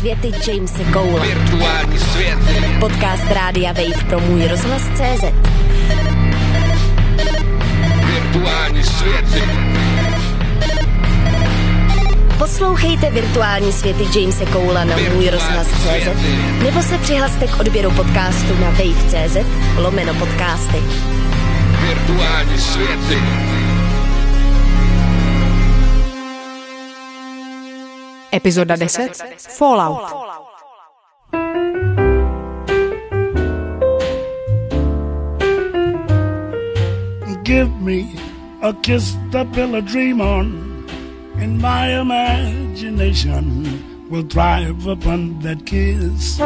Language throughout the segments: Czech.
světy Jamese Cowla. Virtuální světy. Podcast Rádia Wave pro můj rozhlas.cz. Virtuální světy. Poslouchejte virtuální světy Jamese Cowla na můj rozhlas.cz nebo se přihlaste k odběru podcastu na wave.cz/podcasty. Virtuální světy. Epizoda 10. Fallout. Give me a kiss to build a dream on, and my imagination will thrive upon that kiss.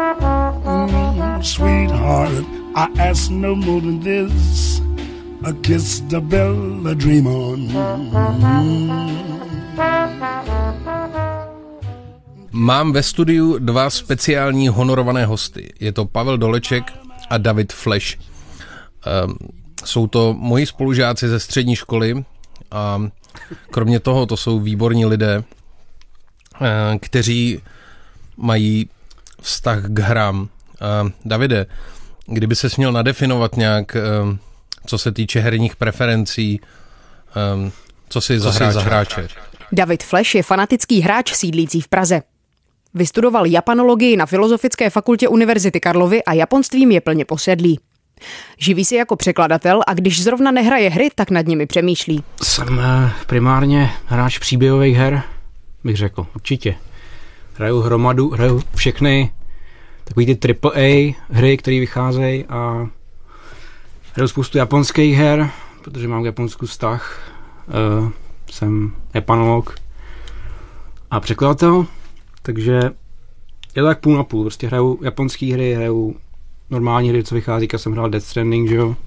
Sweetheart, I ask no more than this, a kiss to build a dream on. Mám ve studiu dva speciální honorované hosty. Je to Pavel Doleček a David Flash. Jsou to moji spolužáci ze střední školy a kromě toho to jsou výborní lidé, kteří mají vztah k hrám. Davide, kdyby ses měl nadefinovat nějak, co se týče herních preferencí, co si za hráče? David Flash je fanatický hráč sídlící v Praze. Vystudoval japanologii na Filozofické fakultě Univerzity Karlovy a japonstvím je plně posedlý. Živí se jako překladatel a když zrovna nehraje hry, tak nad nimi přemýšlí. Jsem primárně hráč příběhových her, bych řekl, určitě. Hraju všechny takový ty AAA hry, které vycházejí a hraju spoustu japonských her, protože mám k Japonsku vztah. Jsem japanolog a překladatel, takže je to tak půl na půl. Prostě hraju japonské hry, hraju normální hry, co vychází, jsem hrál Death Stranding, že jo.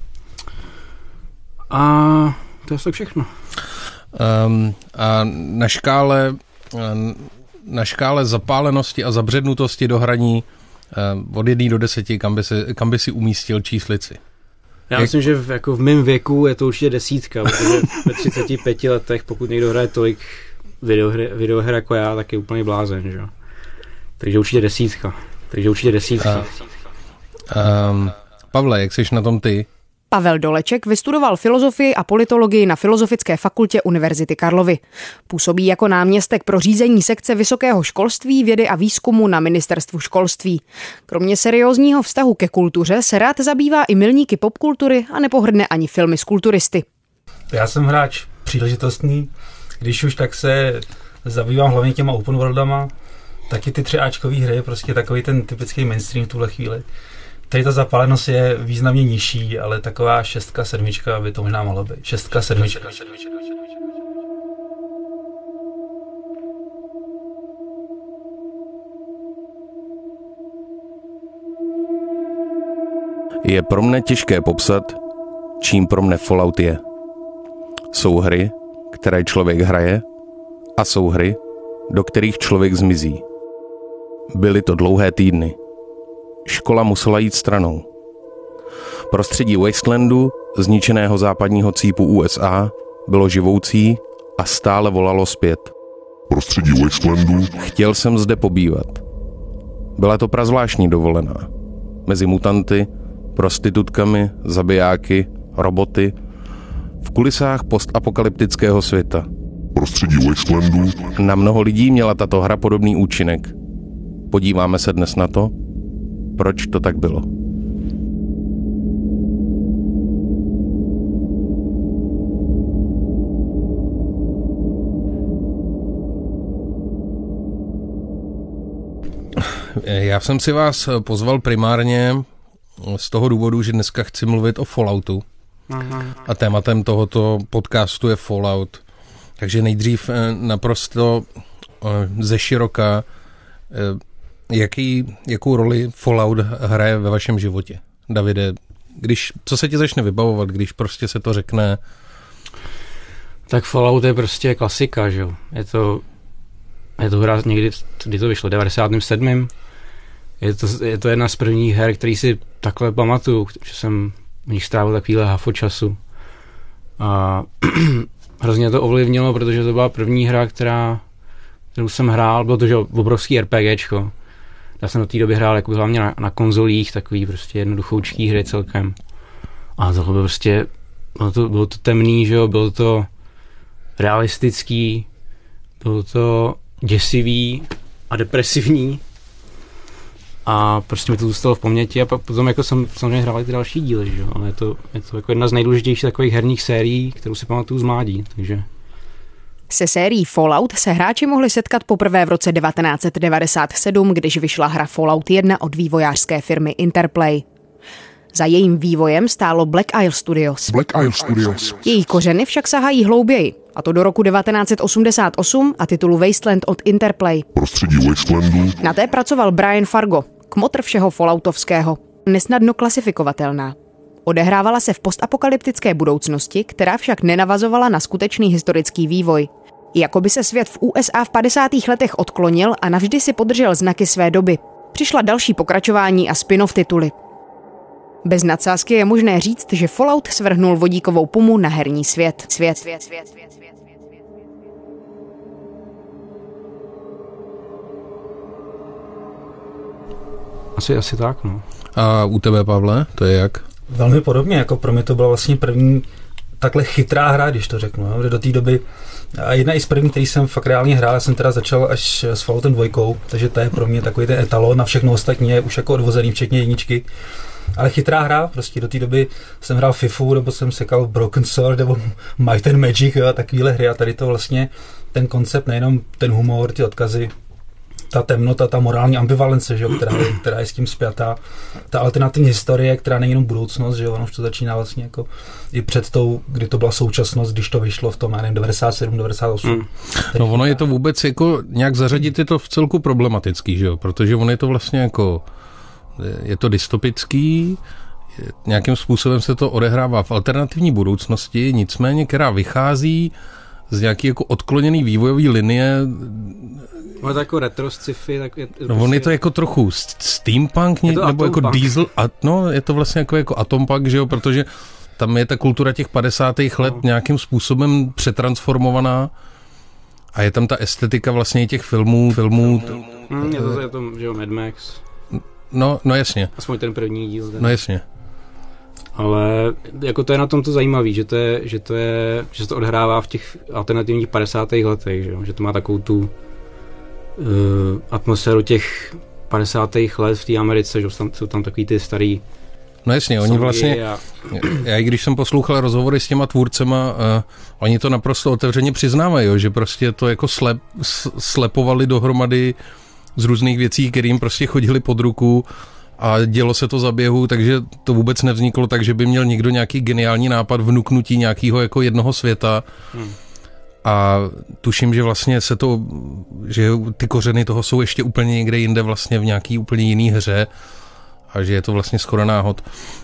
A to je tak všechno. A na škále zapálenosti a zabřednutosti do hraní od 1 do 10, kam by si umístil číslici? Já myslím, že v mém věku je to určitě 10, protože ve 35 letech, pokud někdo hraje tolik videoher jako já, tak je úplně blázen, že jo. Takže určitě 10. Pavle, jak jsi na tom ty? Pavel Doleček vystudoval filozofii a politologii na Filozofické fakultě Univerzity Karlovy. Působí jako náměstek pro řízení sekce vysokého školství, vědy a výzkumu na ministerstvu školství. Kromě seriózního vztahu ke kultuře se rád zabývá i milníky popkultury a nepohrdne ani filmy s kulturisty. Já jsem hráč příležitostný, když už tak se zabývám hlavně těma open worldama, taky ty 3Ačkový hry, prostě takový ten typický mainstream v tuhle chvíli. Tady ta zapálenost je významně nižší, ale taková 6, 7 by to možná mohlo být. 6, 7. Je pro mne těžké popsat, čím pro mne Fallout je. Jsou hry, které člověk hraje, a jsou hry, do kterých člověk zmizí. Byly to dlouhé týdny. Škola musela jít stranou. Prostředí Wastelandu, zničeného západního cípu USA, bylo živoucí a stále volalo zpět. Prostředí Wastelandu. Chtěl jsem zde pobývat. Byla to prazvláštní dovolená. Mezi mutanty, prostitutkami, zabijáky, roboty, v kulisách postapokalyptického světa. Prostředí Wastelandu. Na mnoho lidí měla tato hra podobný účinek. Podíváme se dnes na to, proč to tak bylo. Já jsem si vás pozval primárně z toho důvodu, že dneska chci mluvit o Falloutu. A tématem tohoto podcastu je Fallout. Takže nejdřív naprosto zeširoka, jakou roli Fallout hraje ve vašem životě? Davide, co se ti začne vybavovat, když prostě se to řekne? Tak Fallout je prostě klasika, že jo. Je to hra někdy, kdy to vyšlo, 97. Je to jedna z prvních her, který si takhle pamatuju, že jsem v nich strávil takovýhle hafo času. A hrozně to ovlivnilo, protože to byla první hra, která kterou jsem hrál, bylo to že obrovský RPGčko. Já jsem do té doby hrál jako hlavně na konzolích, takový prostě jednoduchoučký hry celkem. A to bylo prostě, bylo to temný, že jo, bylo to realistický, bylo to děsivý a depresivní. A prostě mi to zůstalo v paměti a pak potom jako jsem samozřejmě hrál ty další díly, že jo, ale je to jako jedna z nejdůležitějších takových herních sérií, kterou si pamatuju z mládí, takže... Se sérií Fallout se hráči mohli setkat poprvé v roce 1997, když vyšla hra Fallout 1 od vývojářské firmy Interplay. Za jejím vývojem stálo Black Isle Studios. Její kořeny však sahají hlouběji, a to do roku 1988 a titulu Wasteland od Interplay. Prostředí Wastelandu. Na té pracoval Brian Fargo, kmotr všeho falloutovského, nesnadno klasifikovatelná. Odehrávala se v postapokalyptické budoucnosti, která však nenavazovala na skutečný historický vývoj. Jakoby se svět v USA v 50. letech odklonil a navždy si podržel znaky své doby. Přišla další pokračování a spin-off tituly. Bez nadsázky je možné říct, že Fallout svrhnul vodíkovou pumu na herní svět. Asi tak, no. A u tebe, Pavle, to je jak? Velmi podobně, jako pro mě to byla vlastně první takhle chytrá hra, když to řeknu, jo? Do té doby a jedna i z první, který jsem fakt reálně hrál, já jsem teda začal až s Falloutem 2, takže to je pro mě takový ten etalon, na všechno ostatní je už jako odvozený, včetně jedničky. Ale chytrá hra, prostě do té doby jsem hrál FIFU, nebo jsem sekal Broken Sword, nebo Might and Magic, jo, a takovýhle hry a tady to vlastně ten koncept, nejenom ten humor, ty odkazy, ta temnota, ta morální ambivalence, že jo, která je s tím spjatá, ta alternativní historie, která není jenom budoucnost, že jo, ono už to začíná vlastně jako i před tou, kdy to byla současnost, když to vyšlo v tom, já nevím, 97, 98. No ono je to vůbec jako nějak zařadit je to v celku problematický, že jo, protože ono je to vlastně jako, je to dystopický, nějakým způsobem se to odehrává v alternativní budoucnosti, nicméně, která vychází z nějaký jako odkloněný vývojový linie. No je to jako retro sci-fi. Tak no on je to jako trochu steampunk, nebo jako diesel, no je to vlastně jako atompunk, že jo, protože tam je ta kultura těch 50. let nějakým způsobem přetransformovaná a je tam ta estetika vlastně těch filmů. Je to, že jo, Mad Max. No jasně. Aspoň ten první díl. No jasně. Ale jako to je na tom to zajímavé, že se to odhrává v těch alternativních 50. letech, že to má takovou tu atmosféru těch 50. let v té Americe, že jsou tam takový ty starý. No jasně, oni vlastně, já když jsem poslouchal rozhovory s těma tvůrcema, oni to naprosto otevřeně přiznávají, že prostě to jako slepovali dohromady z různých věcí, kterým prostě chodili pod ruku a dělo se to za běhu, takže to vůbec nevzniklo tak, že by měl někdo nějaký geniální nápad vnuknutí nějakého jako jednoho světa. A tuším, že vlastně že ty kořeny toho jsou ještě úplně někde jinde vlastně v nějaký úplně jiný hře a že je to vlastně skoro náhod.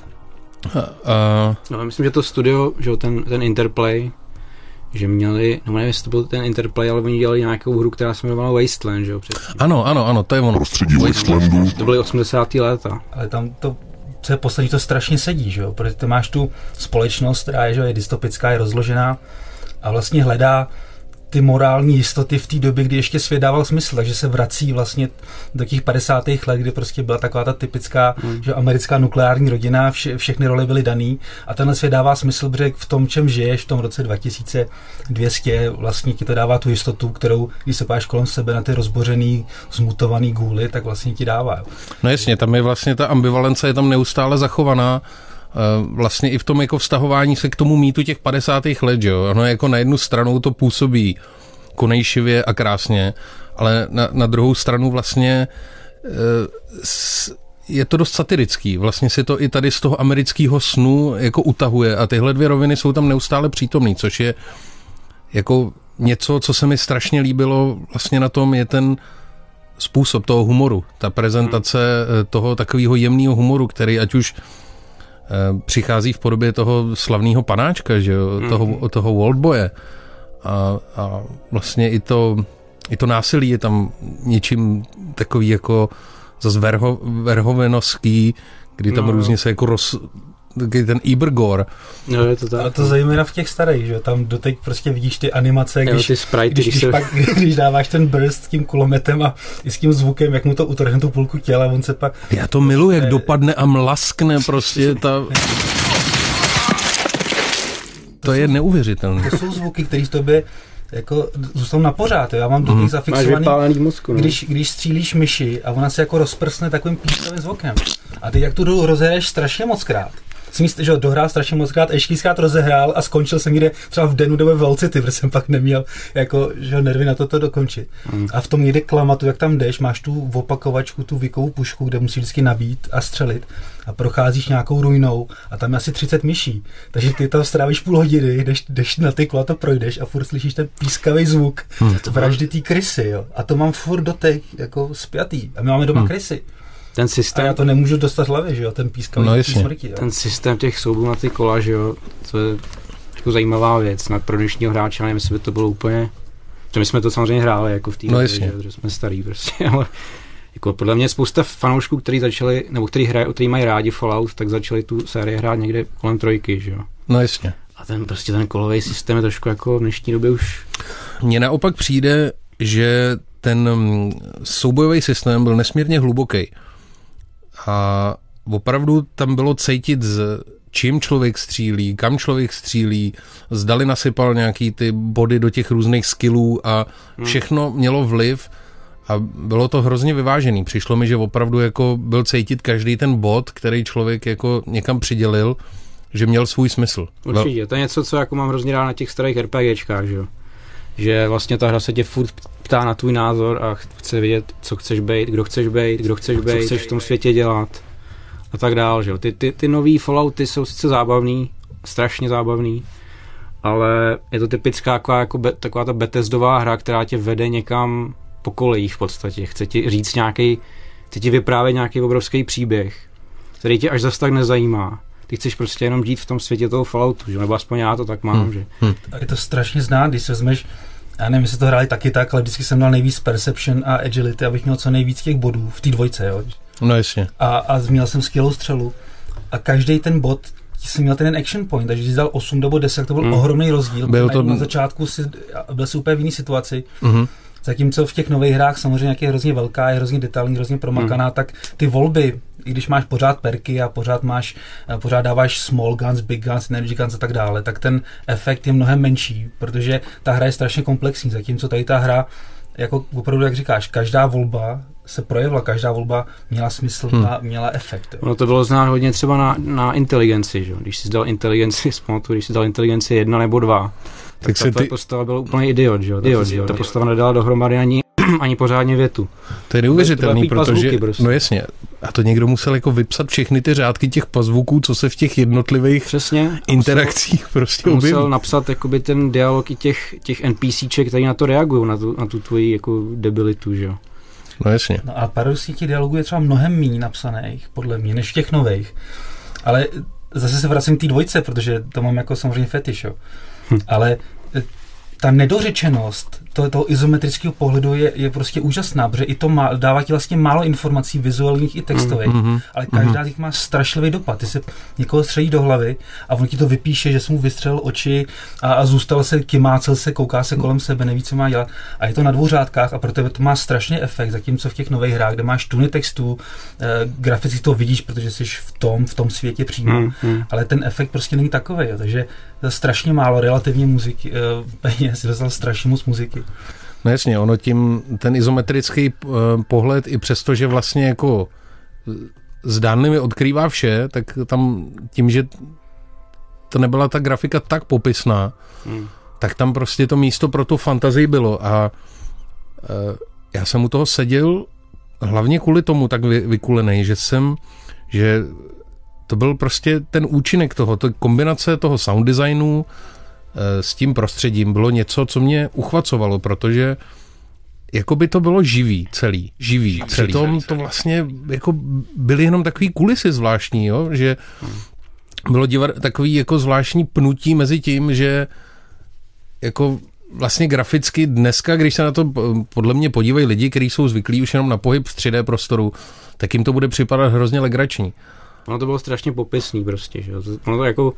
No, já myslím, že to studio, že ten Interplay, že měli, no nevím, jestli to byl ten Interplay, ale oni dělali nějakou hru, která se jmenovala Wasteland, že jo? Ano, to je ono. Prostředí Wastelandu. To byly 80. léta. Ale tam to, co je poslední, to strašně sedí, že jo? Protože ty máš tu společnost, která je, že je dystopická, je rozložená a vlastně hledá ty morální jistoty v té době, kdy ještě svět dával smysl, takže se vrací vlastně do těch 50. let, kdy prostě byla taková ta typická, že americká nukleární rodina, všechny role byly daný a tenhle svět dává smysl, protože v tom, čem žiješ v tom roce 2200, vlastně ti to dává tu jistotu, kterou, když se páš kolem sebe na ty rozbořený, zmutovaný gůly, tak vlastně ti dává. Jo. No jasně, tam je vlastně ta ambivalence je tam neustále zachovaná, vlastně i v tom jako vztahování se k tomu mýtu těch 50. let, jo. Ono jako na jednu stranu to působí konejšivě a krásně, ale na druhou stranu vlastně je to dost satirický. Vlastně si to i tady z toho amerického snu jako utahuje a tyhle dvě roviny jsou tam neustále přítomný, což je jako něco, co se mi strašně líbilo vlastně na tom, je ten způsob toho humoru, ta prezentace toho takového jemného humoru, který ať už přichází v podobě toho slavného panáčka, že jo, toho Waldboye a vlastně i to násilí je tam něčím takový jako zase verhovenovský, kdy tam různě se jako ten Ibergore. No, je to tak. Ale to zejména v těch starých, že tam doteď prostě vidíš ty animace, ty sprite, když dáváš ten burst s tím kulometem a i s tím zvukem, jak mu to utrhne tu půlku těla, on se pak... Já to miluji, jak dopadne a mlaskne prostě ta... To je neuvěřitelné. To jsou zvuky, které v tobě jako zůstanou na pořád. Jo. Já mám doteď zafixovaný, mozku, no. Když střílíš myši a ona se jako rozprsne takovým pískovým zvukem. A ty jak tu hru rozehraješ strašně mockrát. Že ho dohrál strašně mockrát, ještě krát rozehrál a skončil jsem někde třeba v Denu nebo v Velcity, protože jsem pak neměl jako, že nervy na to dokončit. A v tom někde klamatu, jak tam jdeš, máš tu opakovačku, tu výkovou pušku, kde musíš vždycky nabít a střelit a procházíš nějakou ruinou a tam je asi 30 myší. Takže ty tam strávíš půl hodiny, jdeš na ty kola, to projdeš a furt slyšíš ten pískavý zvuk vraždy té krysy. Jo. A to mám furt doteď jako spjatý. A my máme doma krysy. Ten systém... A já to nemůžu dostat hlavě, že jo, ten pískavý smrti. Jo. Ten systém těch soubů na ty kola, že jo, to je jako zajímavá věc pro dnešního hráče, nevím, jestli by to bylo úplně... Že my jsme to samozřejmě hráli jako v té době, že jsme starý prostě, ale jako podle mě spousta fanoušků, kteří začali, nebo kteří mají rádi Fallout, tak začali tu sérii hrát někde kolem 3, že jo. No jasně. A ten kolový systém je trošku jako v dnešní době už... Mně naopak přijde, že ten soubojový systém byl nesmírně hluboký. A opravdu tam bylo cítit, čím člověk střílí, kam člověk střílí, zdali nasypal nějaký ty body do těch různých skillů a všechno mělo vliv a bylo to hrozně vyvážený. Přišlo mi, že opravdu jako byl cítit každý ten bod, který člověk jako někam přidělil, že měl svůj smysl. Určitě, to je něco, co jako mám hrozně rád na těch starých RPGčkách, že jo. Že vlastně ta hra se tě furt ptá na tvůj názor a chce vědět, co chceš být, kdo chceš být, co chceš v tom světě dělat a tak dál, že jo. Ty nový Fallouty jsou sice zábavný, strašně zábavný, ale je to typická taková ta Bethesdová hra, která tě vede někam po kolejích v podstatě. Chce ti říct chce ti vyprávět nějaký obrovský příběh, který tě až zas tak nezajímá. Ty chceš prostě jenom žít v tom světě toho Falloutu, že? Nebo aspoň já to tak mám. Že? Je to strašně znát, když se vezmeš, já nevím, jestli to hráli taky tak, ale vždycky jsem dal nejvíc Perception a Agility, abych měl co nejvíc těch bodů v té 2, jo. No jasně. A měl jsem skvělou střelu a každý ten bod jsem měl ten action point, takže když jsi dal 8 nebo 10, to byl ohromný rozdíl. Na začátku byl si úplně v jiný situaci. Zatímco v těch nových hrách samozřejmě, jak je hrozně velká, je hrozně detailní, hrozně promakaná, tak ty volby, i když máš pořád perky a pořád dáváš small guns, big guns, energy guns a tak dále, tak ten efekt je mnohem menší, protože ta hra je strašně komplexní, zatímco tady ta hra, jako opravdu, jak říkáš, každá volba se projevila, každá volba měla smysl, měla efekt. Ono to bylo znát hodně třeba na inteligenci, že? Když jsi dal inteligenci, když jsi dal inteligenci 1 nebo 2, tak ta postava byl úplný idiot, že jo? Ta postava nedala dohromady ani pořádně větu. To je neuvěřitelný, protože, prostě. No jasně, a to někdo musel jako vypsat všechny ty řádky těch pazvuků, co se v těch jednotlivých interakcích prostě objeví. Musel napsat jakoby ten dialog i těch NPCček, který na to reagují, na tu tvoji jako debilitu, že jo? No jasně. No a paradoxně těch dialogů je třeba mnohem méně napsaných, podle mě, než v těch nových. Ale zase se vracím k té 2, protože to mám jako samozřejmě fetiš, jo. Ale ta nedořečenost toho izometrického pohledu je prostě úžasná, protože i to dává ti vlastně málo informací vizuálních i textových, ale každá z nich má strašlivý dopad. Ty se někoho střelí do hlavy a on ti to vypíše, že jsi mu vystřelil oči a zůstal se, kymácel se, kouká se kolem sebe, neví, co má dělat. A je to na 2 řádkách a proto to má strašný efekt, zatímco v těch nových hrách, kde máš tuny textů, graficky to vidíš, protože jsi v tom světě přímo, ale ten efekt prostě není takový, jo. Takže strašně málo relativně muziky, peněz, dostal strašně moc muziky. No jasně, ono ten izometrický pohled i přesto, že vlastně jako zdánlivě odkrývá vše, tak tam tím, že to nebyla ta grafika tak popisná, tak tam prostě to místo pro tu fantazii bylo a já jsem u toho seděl hlavně kvůli tomu tak vykulenej, že to byl prostě ten účinek toho, kombinace toho sound designu s tím prostředím bylo něco, co mě uchvacovalo, protože jako by to bylo živý celý. Přitom to vlastně jako byly jenom takový kulisy zvláštní, jo? Že bylo takový jako zvláštní pnutí mezi tím, že jako vlastně graficky dneska, když se na to podle mě podívají lidi, kteří jsou zvyklí už jenom na pohyb v 3D prostoru, tak jim to bude připadat hrozně legrační. Ono to bylo strašně popisný prostě, že jo. Ono to jako...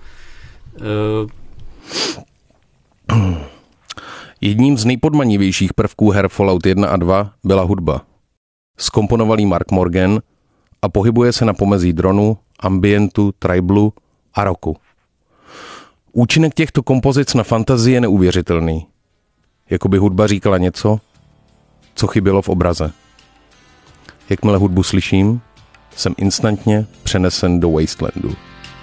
Jedním z nejpodmanivějších prvků her Fallout 1 a 2 byla hudba. Zkomponoval ji Mark Morgan a pohybuje se na pomezí dronu, ambientu, tribalu a rocku. Účinek těchto kompozic na fantazii je neuvěřitelný. Jakoby hudba říkala něco, co chybělo v obraze. Jakmile hudbu slyším, jsem instantně přenesen do Wastelandu.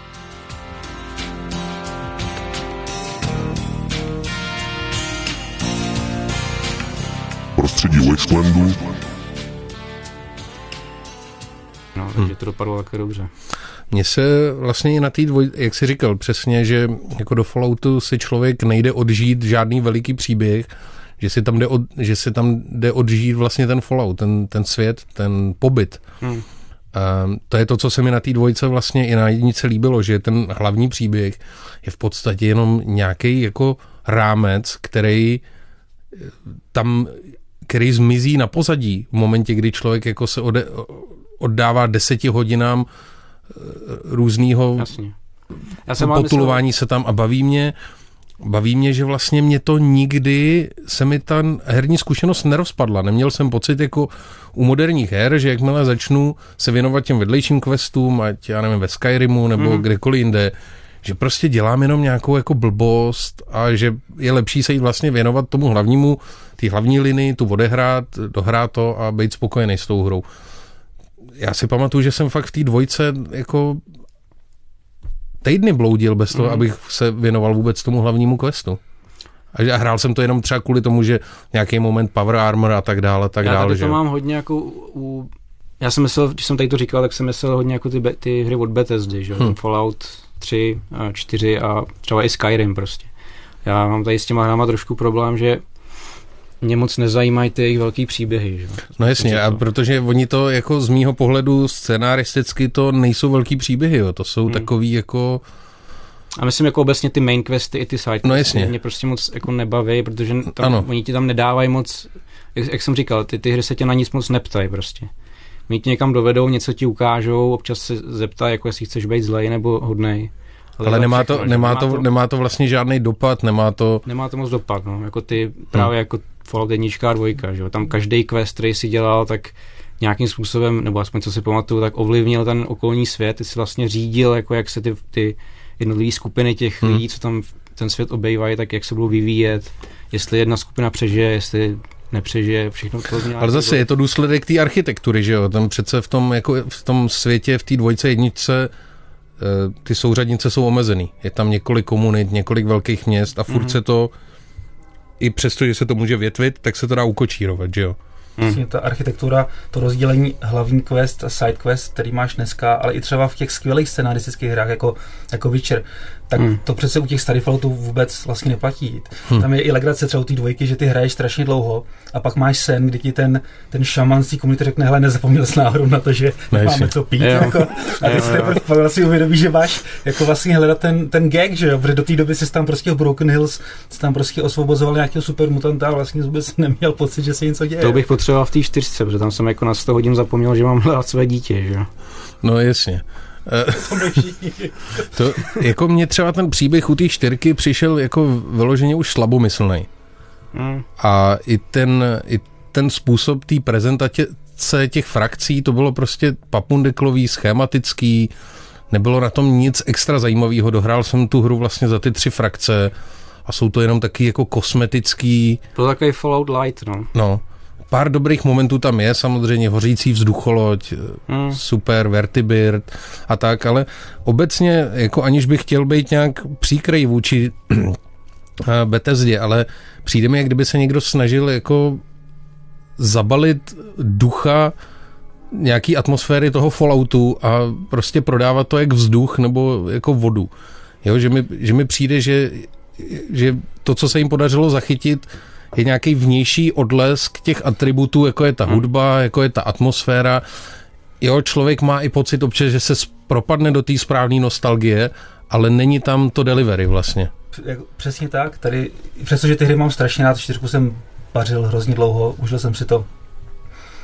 Prostředí Wastelandu. No, takže to dopadlo také dobře. Mně se vlastně i na té jak jsi říkal přesně, že jako do Falloutu si člověk nejde odžít žádný veliký příběh, že se tam jde odžít vlastně ten Fallout, ten svět, ten pobyt. To je to, co se mi na té dvojce vlastně i na jednice líbilo, že ten hlavní příběh je v podstatě jenom nějaký jako rámec, který zmizí na pozadí v momentě, kdy člověk jako se oddává 10 hodinám různýho potulování se tam a baví mě, že vlastně mě to nikdy se mi ta herní zkušenost nerozpadla. Neměl jsem pocit jako u moderních her, že jakmile začnu se věnovat těm vedlejším questům, ať já nevím, ve Skyrimu nebo kdekoliv jinde, že prostě dělám jenom nějakou jako blbost a že je lepší se jít vlastně věnovat tomu hlavnímu, té hlavní linii, tu odehrát, dohrát to a být spokojený s tou hrou. Já si pamatuju, že jsem fakt v té dvojce jako týdny bloudil bez toho, abych se věnoval vůbec tomu hlavnímu questu. A hrál jsem to jenom třeba kvůli tomu, že nějaký moment power armor a tak dále. Já tady to mám hodně jako já jsem myslel, když jsem tady to říkal, tak jsem myslel hodně jako ty hry od Bethesdy, že? Fallout 3, 4 a třeba i Skyrim prostě. Já mám tady s těma hrama trošku problém, že mě moc nezajímají ty jejich velký příběhy. Že? No jasně, a protože oni to jako z mýho pohledu scenaristicky to nejsou velký příběhy, jo. To jsou takový jako... A myslím jako obecně ty main questy i ty side questy mě prostě moc jako nebaví, protože oni ti tam nedávají moc, jak jsem říkal, ty hry se tě na nic moc neptají prostě. Oni ti někam dovedou, něco ti ukážou, občas se zeptají, jako jestli chceš být zlej nebo hodnej. Ale nemá to vlastně žádný dopad, nemá to moc dopad, no, jako ty právě jako Fallout 1 a 2, že jo, tam každý quest, který si dělal, tak nějakým způsobem, nebo aspoň co si pamatuju, tak ovlivnil ten okolní svět, ty si vlastně řídil, jako jak se ty jednotlivé skupiny těch lidí, co tam ten svět obejvají, tak jak se budou vyvíjet, jestli jedna skupina přežije, jestli nepřežije, všechno to mělo. Ale zase je to důsledek té architektury, že jo, tam přece v tom světě, v té dvojce jedničce ty souřadnice jsou omezený. Je tam několik komunit, několik velkých měst a furt se to, i přesto, že se to může větvit, tak se to dá ukočírovat, že jo? Vlastně ta architektura, to rozdělení hlavní quest a side quest, který máš dneska, ale i třeba v těch skvělých scenaristických hrách, jako Witcher, tak to přece u těch starých Falloutů vůbec vlastně neplatí. Tam je i legrace třeba u té dvojky, že ty hraješ strašně dlouho a pak máš sen, kdy ti ten šaman z té komunity řekne, hele, nezapomněl s náhodou na to, že máme co pít. Jako, a ty si pak vlastně uvědomíš, že máš jako vlastně hledat ten gag, že jo, protože do té doby jsi tam prostě v Broken Hills tam prostě osvobozoval nějakého supermutanta a vlastně vůbec neměl pocit, že se něco děje. To bych potřeboval v té 4, protože tam jsem jako na 100 hodin zapomněl, že mám hledat své dítě, že jo. No jasně. To jako mě třeba ten příběh u té 4 přišel jako vyloženě už slabomyslnej. A i ten způsob té prezentace těch frakcí, to bylo prostě papundeklový, schématický, nebylo na tom nic extra zajímavého. Dohrál jsem tu hru vlastně za ty 3 frakce a jsou to jenom taky jako kosmetický. To takový Fallout Light, no. No. Pár dobrých momentů tam je, samozřejmě hořící vzducholoď, super, Vertibird a tak, ale obecně, jako aniž bych chtěl být nějak příkrej vůči Bethesdě, ale přijde mi, jak kdyby se někdo snažil jako zabalit ducha nějaký atmosféry toho Falloutu a prostě prodávat to jak vzduch nebo jako vodu. Jo, že mi přijde, že to, co se jim podařilo zachytit, je nějaký vnější odlesk těch atributů, jako je ta hudba, jako je ta atmosféra. Jo, člověk má i pocit občas, že se propadne do té správné nostalgie, ale není tam to delivery vlastně. Přesně tak. Tady, přestože ty hry mám strašně rád, 4 jsem pařil hrozně dlouho, užil jsem si to.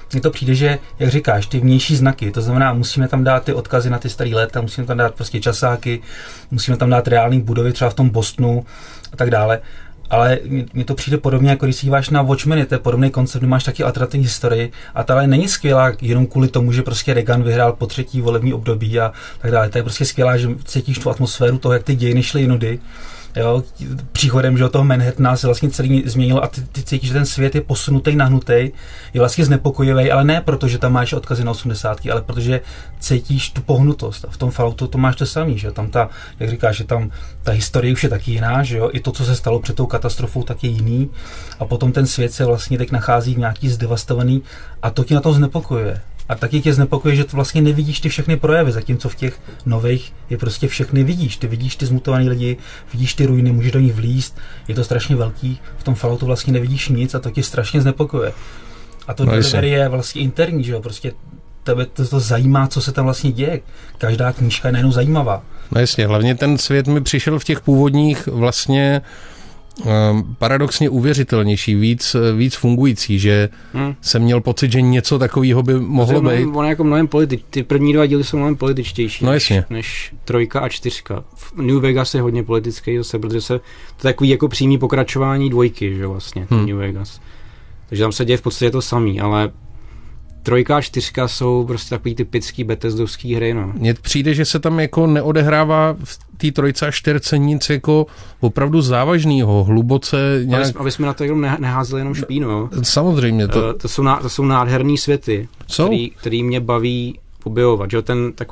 mně to přijde, že, jak říkáš, ty vnější znaky, to znamená, musíme tam dát ty odkazy na ty staré léta, musíme tam dát prostě časáky, musíme tam dát reální budovy, třeba v tom Bostonu a tak dále. Ale mi to přijde podobně, jako když si díváš na Watchmeny, to je podobný koncept, máš taky alternativní historii a ta ale není skvělá jenom kvůli tomu, že prostě Reagan vyhrál po 3. volební období a tak dále. To je prostě skvělá, že cítíš tu atmosféru toho, jak ty dějiny šly jinudy. Jo, příchodem, že toho Manhattana se vlastně celý změnil a ty cítíš, že ten svět je posunutý, nahnutý, je vlastně znepokojivý, ale ne proto, že tam máš odkazy na 80, ale protože cítíš tu pohnutost. A v tom Falloutu to máš to samý, že tam ta, jak říkáš, že tam ta historie už je taky jiná, že jo, i to, co se stalo před tou katastrofou, tak je jiný. A potom ten svět se vlastně teď nachází v nějaký zdevastovaný a to tě na to znepokojuje. A taky tě znepokojuje, že to vlastně nevidíš ty všechny projevy, zatímco v těch nových je prostě všechny vidíš. Ty vidíš ty zmutovaný lidi, vidíš ty ruiny, můžeš do nich vlízt, je to strašně velký, v tom Falloutu vlastně nevidíš nic a to tě strašně znepokojuje. A to delivery je vlastně interní, že jo, prostě tebe to zajímá, co se tam vlastně děje. Každá knížka je nejenom zajímavá. No jasně, hlavně ten svět mi přišel v těch původních vlastně paradoxně uvěřitelnější, víc fungující, že jsem měl pocit, že něco takového by mohlo být. On je jako mnohem ty první 2 díly jsou mnohem političtější než 3 a 4. New Vegas je hodně politický zase, protože to je takový jako přímý pokračování 2, že vlastně, New Vegas. Takže tam se děje v podstatě to samý, ale 3 a 4 jsou prostě takový typický Bethesdovský hry, no. Mně přijde, že se tam jako neodehrává v té 3 a 4 nic jako opravdu závažného, hluboce nějak... Aby jsme na to jenom neházeli jenom špínu, jo. Samozřejmě. To jsou nádherný světy, který mě baví objevovat, že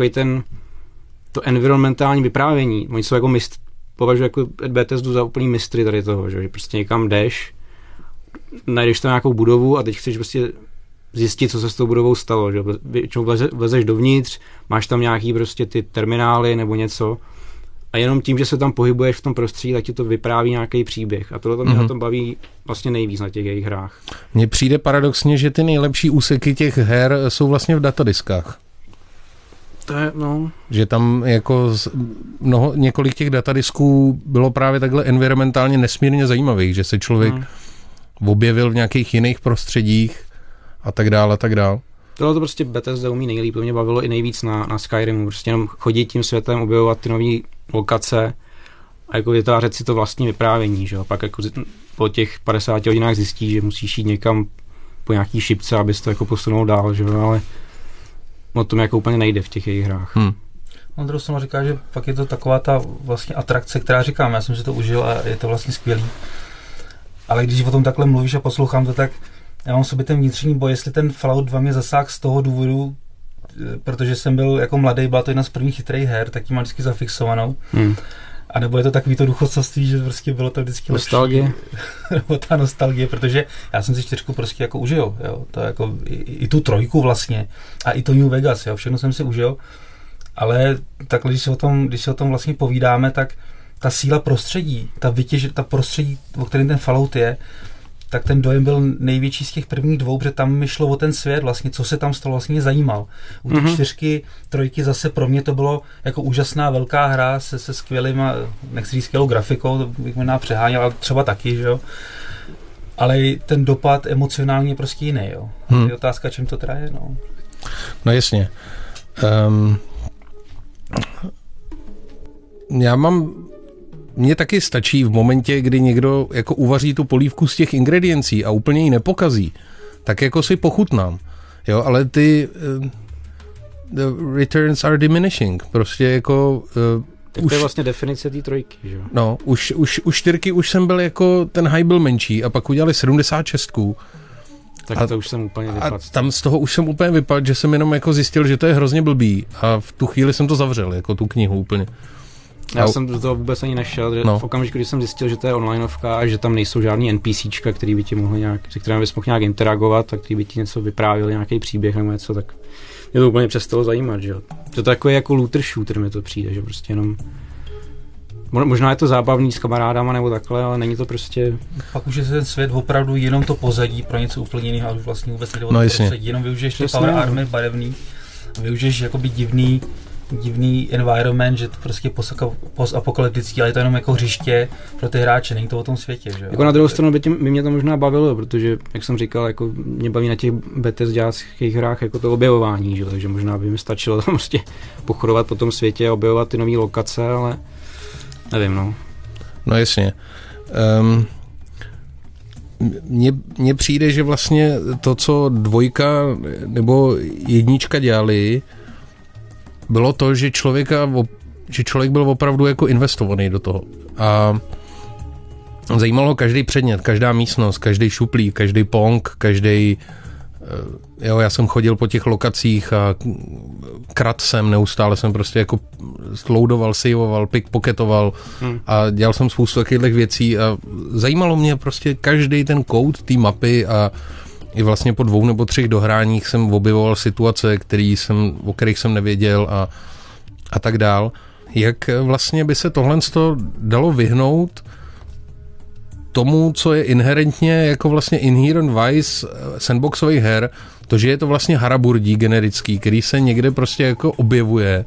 to environmentální vyprávění, oni jsou jako považuji jako Bethesdu za úplný mistry tady toho, že prostě někam jdeš, najdeš tam nějakou budovu a teď chceš prostě zjistit, co se s tou budovou stalo, že většinou vlezeš dovnitř, máš tam nějaký prostě ty terminály nebo něco a jenom tím, že se tam pohybuješ v tom prostředí, tak ti to vypráví nějaký příběh a tohle mě na tom baví vlastně nejvíc na těch jejich hrách. Mně přijde paradoxně, že ty nejlepší úseky těch her jsou vlastně v datadiskách. To je, no. Že tam jako několik těch datadisků bylo právě takhle environmentálně nesmírně zajímavých, že se člověk objevil v nějakých jiných prostředích a tak dále, a tak dále. Tohle to prostě Bethesda umí nejlíp, to mě bavilo i nejvíc na Skyrimu, prostě jenom chodit tím světem, objevovat ty nové lokace a jako vytvářet si to vlastní vyprávění, že jo, pak jako po těch 50 hodinách zjistíš, že musíš jít někam po nějaký šipce, abys to jako posunul dál, že jo, ale o tom jako úplně nejde v těch jejich hrách. On druhou stranu říká, že pak je to taková ta vlastně atrakce, která říkám, já jsem si to užil a je to vlastně skvělý. Ale když o tom takhle mluvíš a poslouchám to, tak já mám sobě ten vnitřní boj, jestli ten Fallout 2 mě zasáhl z toho důvodu, protože jsem byl jako mladý, byla to jedna z prvních chytrých her, tak ji mám vždycky zafixovanou. A nebo je to takový to důchodcovství, že prostě bylo to vždycky nostalgie. Nebo ta nostalgie, protože já jsem si 4 prostě jako užil, jo. To jako i tu 3 vlastně a i to New Vegas, jo. Všechno jsem si užil, ale takhle, když si o tom vlastně povídáme, tak ta síla prostředí, ta prostředí, o kterém ten Fallout je, tak ten dojem byl největší z těch prvních 2, protože tam mi šlo o ten svět vlastně, co se tam stalo, vlastně mě zajímal. U těch 4, 3 zase pro mě to bylo jako úžasná velká hra se skvělýma, nechci říct skvělou grafikou, to bych možná přeháněl, ale třeba taky, že jo. Ale ten dopad emocionálně je prostě jiný, jo. Je otázka, čím to teda je, no. No jasně. Mně taky stačí v momentě, kdy někdo jako uvaří tu polívku z těch ingrediencí a úplně ji nepokazí, tak jako si pochutnám. Jo, ale ty the returns are diminishing. Prostě jako tak to je vlastně definice té 3, že jo? No, u 4 už jsem byl jako, ten hype byl menší a pak udělali 76. Tak to už jsem úplně vypadl. A tam z toho už jsem úplně vypadl, že jsem jenom jako zjistil, že to je hrozně blbý a v tu chvíli jsem to zavřel, jako tu knihu úplně. Já jsem do toho vůbec ani nešel, že v okamžiku, když jsem zjistil, že to je onlineovka a že tam nejsou žádný NPCčka, který by ti mohli se kterým bys mohl nějak interagovat a který by ti něco vyprávěl, nějaký příběh nebo něco, tak mě to úplně přestalo zajímat, že jo. To takový jako looter shooter mi to přijde, že prostě jenom možná je to zábavný s kamarádama nebo takhle, ale není to prostě... Pak už je ten svět opravdu jenom to pozadí pro něco úplně jiného a už vlastně vůbec nejde o to prostředí, jenom využiješ ty power army barevný, využiješ jakoby divný divný environment, že to prostě postapokalyptický, ale je to jenom jako hřiště pro ty hráče, není to o tom světě. Že? Jako na druhou stranu by mě to možná bavilo, protože, jak jsem říkal, jako mě baví na těch Bethesdáckých hrách jako to objevování, že? Takže možná by mi stačilo tam prostě pochodovat po tom světě a objevovat ty nové lokace, ale nevím, no. No jasně. Mně přijde, že vlastně to, co 2 nebo 1 dělali, bylo to, že člověk byl opravdu jako investovaný do toho. A zajímalo každý předmět, každá místnost, každý šuplík, každý pong, každý... Jo, já jsem chodil po těch lokacích a kradl jsem, neustále jsem prostě jako loadoval, saveoval, pickpocketoval a dělal jsem spoustu takových věcí a zajímalo mě prostě každý ten kout té mapy a i vlastně po 2 nebo 3 dohráních jsem objevoval situace, o kterých jsem nevěděl a tak dál. Jak vlastně by se tohle dalo vyhnout tomu, co je inherentně jako vlastně inherent vice sandboxových her, to, že je to vlastně haraburdí generický, který se někde prostě jako objevuje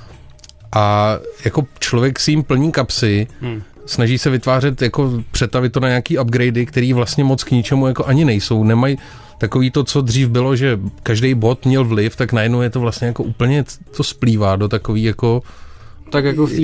a jako člověk si jim plní kapsy, snaží se vytvářet, jako přetavit to na nějaký upgradey, který vlastně moc k ničemu jako ani nejsou, nemají takový to, co dřív bylo, že každý bod měl vliv, tak najednou je to vlastně jako úplně to splývá do takový jako tak jako v té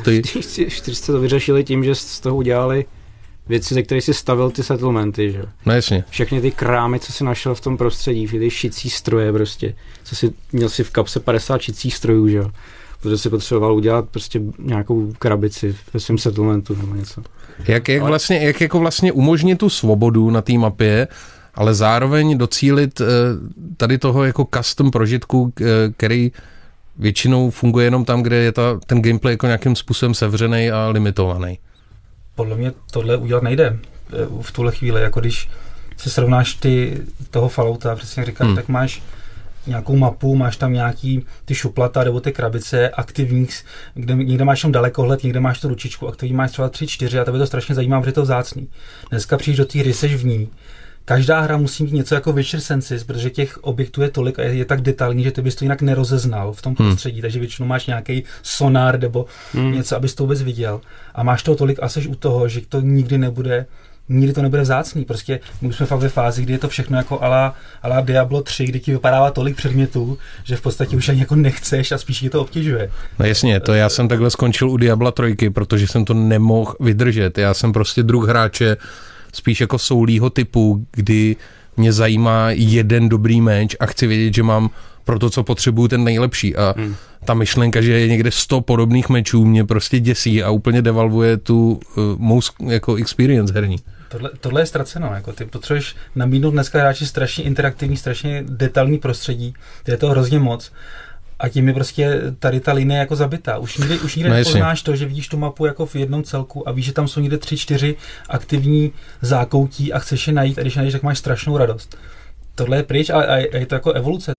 4 to vyřešili tím, že z toho udělali věci, ze kterých si stavil ty settlementy, že? No jasně. Všechny ty krámy, co si našel v tom prostředí, ty šicí stroje prostě, měl si v kapse 50 šicích strojů, že jo? Protože si potřeboval udělat prostě nějakou krabici ve svém settlementu nebo něco. Jak jako vlastně umožnit tu svobodu na té mapě, ale zároveň docílit tady toho jako custom prožitku, který většinou funguje jenom tam, kde je ten gameplay jako nějakým způsobem sevřený a limitovaný. Podle mě tohle udělat nejde v tuhle chvíli, jako když si srovnáš toho Fallouta, přesně říkám, tak máš nějakou mapu, máš tam nějaký ty šuplata nebo ty krabice aktivních, kde někde máš tam dalekohled, někde máš tu ručičku, aktivní máš třeba 3-4 a tebe to strašně zajímá, protože je to vzácný. Dneska přijdeš do té hry, seš v ní. Každá hra musí mít něco jako Witcher Senses, protože těch objektů je tolik a je tak detailní, že ty bys to jinak nerozeznal v tom prostředí, takže většinou máš nějaký sonar nebo něco, abys to vůbec viděl. A máš toho tolik a seš u toho, že to nikdy to nebude vzácný. Prostě my jsme fakt ve fázi, kdy je to všechno jako ala Diablo 3, kdy ti vypadává tolik předmětů, že v podstatě už ani jako nechceš a spíš ti to obtěžuje. No jasně, to já jsem takhle skončil u Diabla 3, protože jsem to nemohl vydržet. Já jsem prostě druh hráče spíš jako soulího typu, kdy mě zajímá jeden dobrý meč a chci vědět, že mám pro to, co potřebuju, ten nejlepší. A ta myšlenka, že je někde 100 podobných mečů, mě prostě děsí a úplně devalvuje tu jako experience herní. Tohle je ztraceno. Jako ty potřebuješ nabídnout dneska hráči strašně interaktivní, strašně detailní prostředí. To je to hrozně moc. A tím je prostě tady ta linie jako zabitá. Už nikdy nepoznáš to, že vidíš tu mapu jako v jednom celku a víš, že tam jsou někde 3-4 aktivní zákoutí a chceš je najít a když najdeš, tak máš strašnou radost. Tohle je pryč a je to jako evoluce.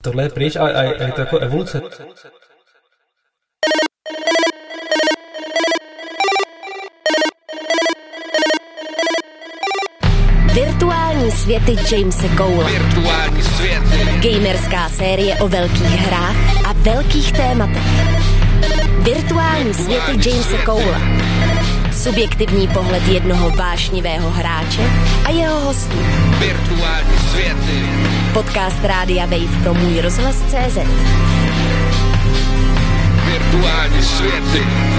Virtuální světy Jamese Cowla. Virtuální světy. Gamerská série o velkých hrách a velkých tématech. Virtuální světy Jamese Cowla. Subjektivní pohled jednoho vášnivého hráče a jeho hostů. Virtuální světy. Podcast Rádia Wave pro můj rozhlas.cz. Virtuální světy.